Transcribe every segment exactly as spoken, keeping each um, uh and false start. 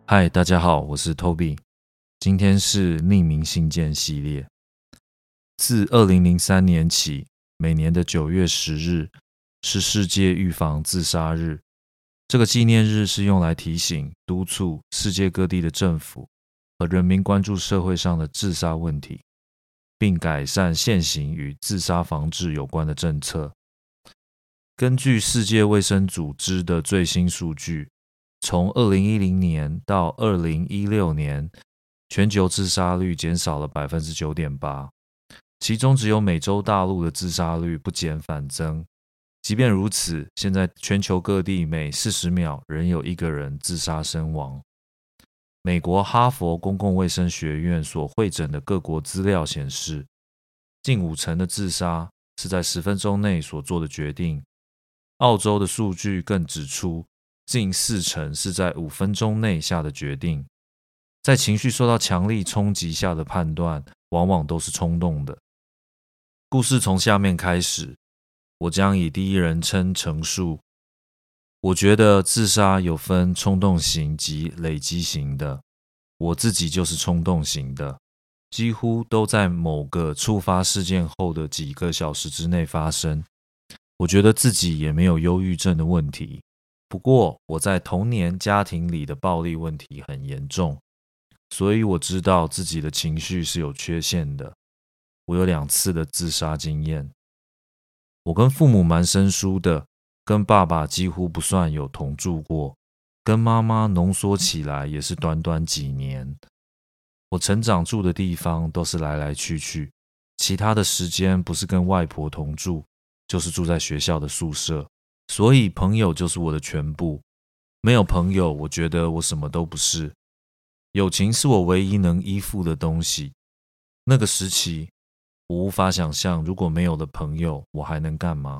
嗨，大家好，我是 Toby。今天是匿名信件系列。自二零零三年起，每年的九月十日是世界预防自杀日。这个纪念日是用来提醒、督促世界各地的政府和人民关注社会上的自杀问题，并改善现行与自杀防治有关的政策。根据世界卫生组织的最新数据，从二零一零年到二零一六年，全球自杀率减少了 百分之九点八， 其中只有美洲大陆的自杀率不减反增。即便如此，现在全球各地每四十秒仍有一个人自杀身亡。美国哈佛公共卫生学院所汇整的各国资料显示，近五成的自杀是在十分钟内所做的决定。澳洲的数据更指出，近四成是在五分钟内下的决定。在情绪受到强力冲击下的判断，往往都是冲动的。故事从下面开始，我将以第一人称陈述。我觉得自杀有分冲动型及累积型的，我自己就是冲动型的，几乎都在某个触发事件后的几个小时之内发生。我觉得自己也没有忧郁症的问题，不过我在童年家庭里的暴力问题很严重，所以我知道自己的情绪是有缺陷的。我有两次的自杀经验。我跟父母蛮生疏的，跟爸爸几乎不算有同住过，跟妈妈浓缩起来也是短短几年。我成长住的地方都是来来去去，其他的时间不是跟外婆同住，就是住在学校的宿舍，所以朋友就是我的全部。没有朋友，我觉得我什么都不是。友情是我唯一能依附的东西。那个时期，我无法想象如果没有了朋友，我还能干嘛。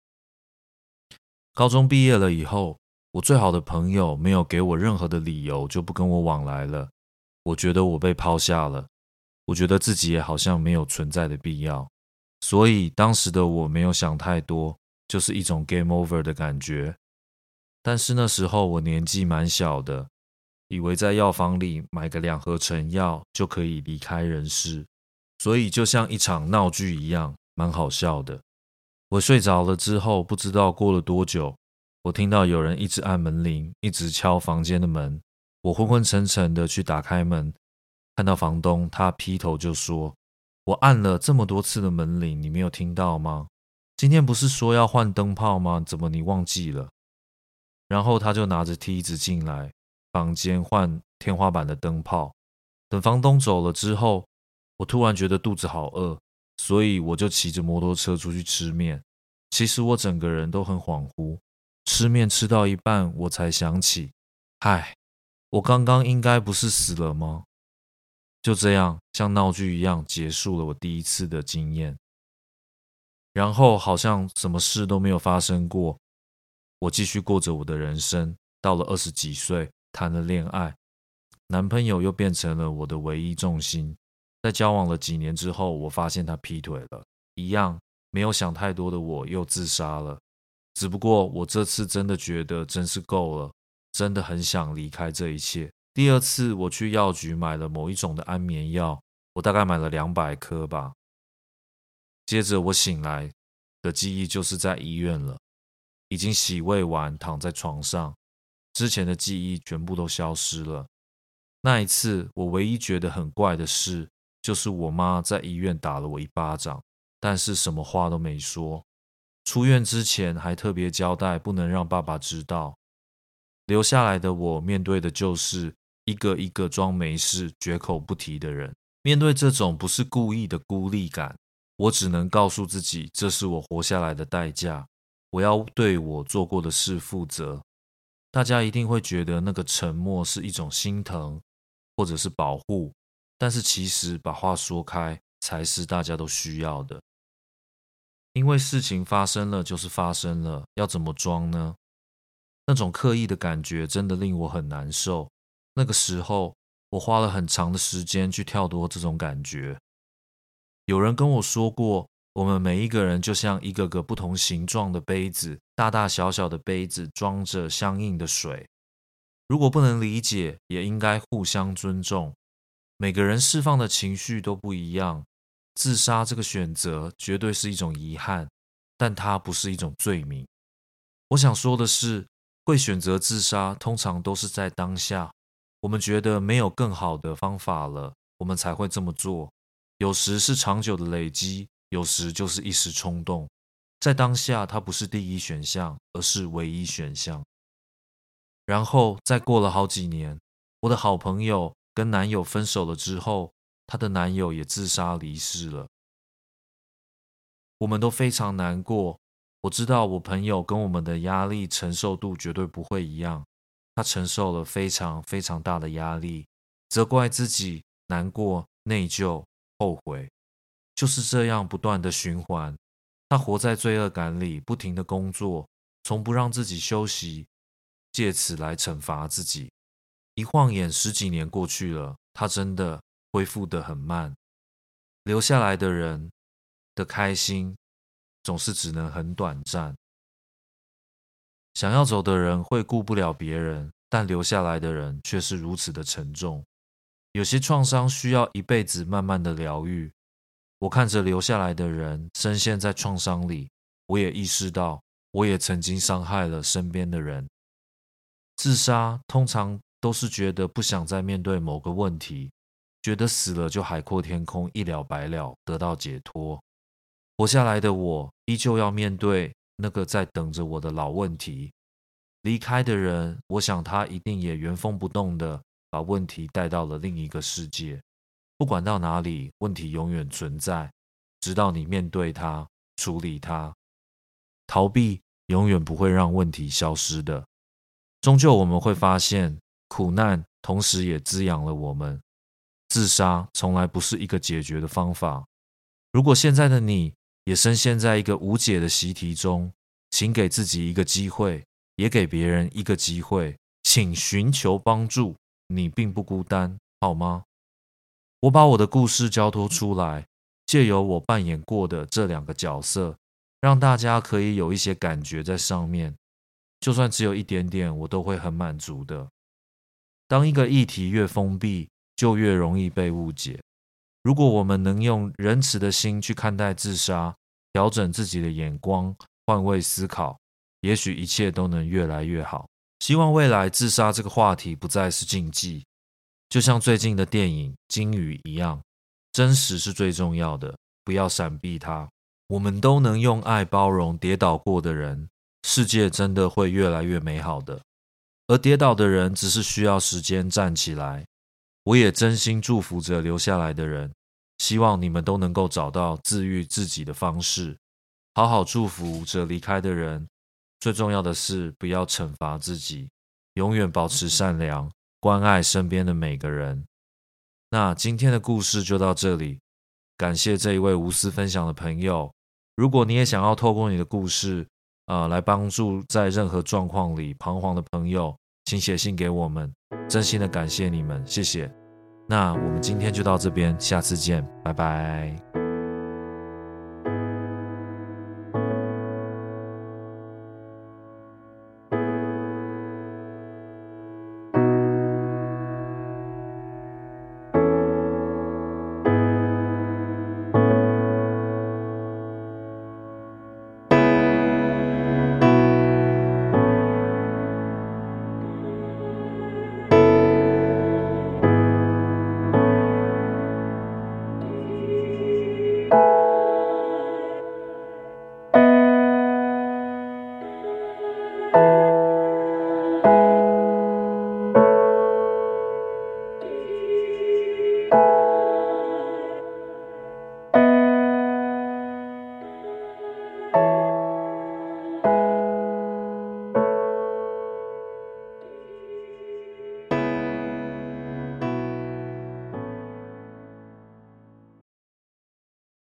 高中毕业了以后，我最好的朋友没有给我任何的理由就不跟我往来了。我觉得我被抛下了，我觉得自己也好像没有存在的必要。所以当时的我没有想太多，就是一种 game over 的感觉。但是那时候我年纪蛮小的，以为在药房里买个两盒成药就可以离开人世，所以就像一场闹剧一样，蛮好笑的。我睡着了之后，不知道过了多久，我听到有人一直按门铃，一直敲房间的门。我昏昏沉沉的去打开门，看到房东，他劈头就说：我按了这么多次的门铃，你没有听到吗？今天不是说要换灯泡吗？怎么你忘记了？然后他就拿着梯子进来房间换天花板的灯泡。等房东走了之后，我突然觉得肚子好饿，所以我就骑着摩托车出去吃面。其实我整个人都很恍惚，吃面吃到一半，我才想起，嗨，我刚刚应该不是死了吗？就这样，像闹剧一样结束了我第一次的经验。然后好像什么事都没有发生过，我继续过着我的人生。到了二十几岁，谈了恋爱，男朋友又变成了我的唯一重心。在交往了几年之后，我发现他劈腿了，一样没有想太多的我又自杀了。只不过我这次真的觉得真是够了，真的很想离开这一切。第二次我去药局买了某一种的安眠药，我大概买了两百颗吧。接着我醒来的记忆就是在医院了，已经洗胃完，躺在床上，之前的记忆全部都消失了。那一次我唯一觉得很怪的事，就是我妈在医院打了我一巴掌，但是什么话都没说。出院之前还特别交代不能让爸爸知道。留下来的我面对的就是一个一个装没事绝口不提的人。面对这种不是故意的孤立感，我只能告诉自己，这是我活下来的代价，我要对我做过的事负责。大家一定会觉得那个沉默是一种心疼或者是保护，但是其实把话说开才是大家都需要的。因为事情发生了就是发生了，要怎么装呢？那种刻意的感觉真的令我很难受。那个时候我花了很长的时间去跳脱这种感觉。有人跟我说过，我们每一个人就像一个个不同形状的杯子，大大小小的杯子装着相应的水。 如果不能理解，也应该互相尊重。每个人释放的情绪都不一样，自杀这个选择绝对是一种遗憾，但它不是一种罪名。我想说的是，会选择自杀，通常都是在当下，我们觉得没有更好的方法了，我们才会这么做。有时是长久的累积，有时就是一时冲动。在当下，它不是第一选项，而是唯一选项。然后再过了好几年，我的好朋友跟男友分手了之后，她的男友也自杀离世了。我们都非常难过。我知道我朋友跟我们的压力承受度绝对不会一样，他承受了非常非常大的压力，责怪自己，难过、内疚、后悔，就是这样不断的循环。他活在罪恶感里，不停的工作，从不让自己休息，借此来惩罚自己。一晃眼十几年过去了，他真的恢复得很慢。留下来的人的开心总是只能很短暂。想要走的人会顾不了别人，但留下来的人却是如此的沉重。有些创伤需要一辈子慢慢的疗愈。我看着留下来的人深陷在创伤里，我也意识到，我也曾经伤害了身边的人。自杀通常都是觉得不想再面对某个问题，觉得死了就海阔天空，一了百了，得到解脱。活下来的我依旧要面对那个在等着我的老问题。离开的人，我想他一定也原封不动的把问题带到了另一个世界。不管到哪里，问题永远存在，直到你面对它，处理它。逃避永远不会让问题消失的。终究我们会发现，苦难同时也滋养了我们。自杀从来不是一个解决的方法。如果现在的你也深陷在一个无解的习题中，请给自己一个机会，也给别人一个机会，请寻求帮助，你并不孤单，好吗？我把我的故事交托出来，借由我扮演过的这两个角色，让大家可以有一些感觉在上面，就算只有一点点，我都会很满足的。当一个议题越封闭，就越容易被误解。如果我们能用仁慈的心去看待自杀，调整自己的眼光，换位思考，也许一切都能越来越好。希望未来自杀这个话题不再是禁忌，就像最近的电影《鲸鱼》一样，真实是最重要的，不要闪避它。我们都能用爱包容跌倒过的人，世界真的会越来越美好的。而跌倒的人只是需要时间站起来。我也真心祝福着留下来的人，希望你们都能够找到治愈自己的方式。好好祝福着离开的人，最重要的是不要惩罚自己，永远保持善良，关爱身边的每个人。那今天的故事就到这里，感谢这一位无私分享的朋友。如果你也想要透过你的故事，呃，来帮助在任何状况里彷徨的朋友，请写信给我们，真心的感谢你们，谢谢。那我们今天就到这边，下次见，拜拜。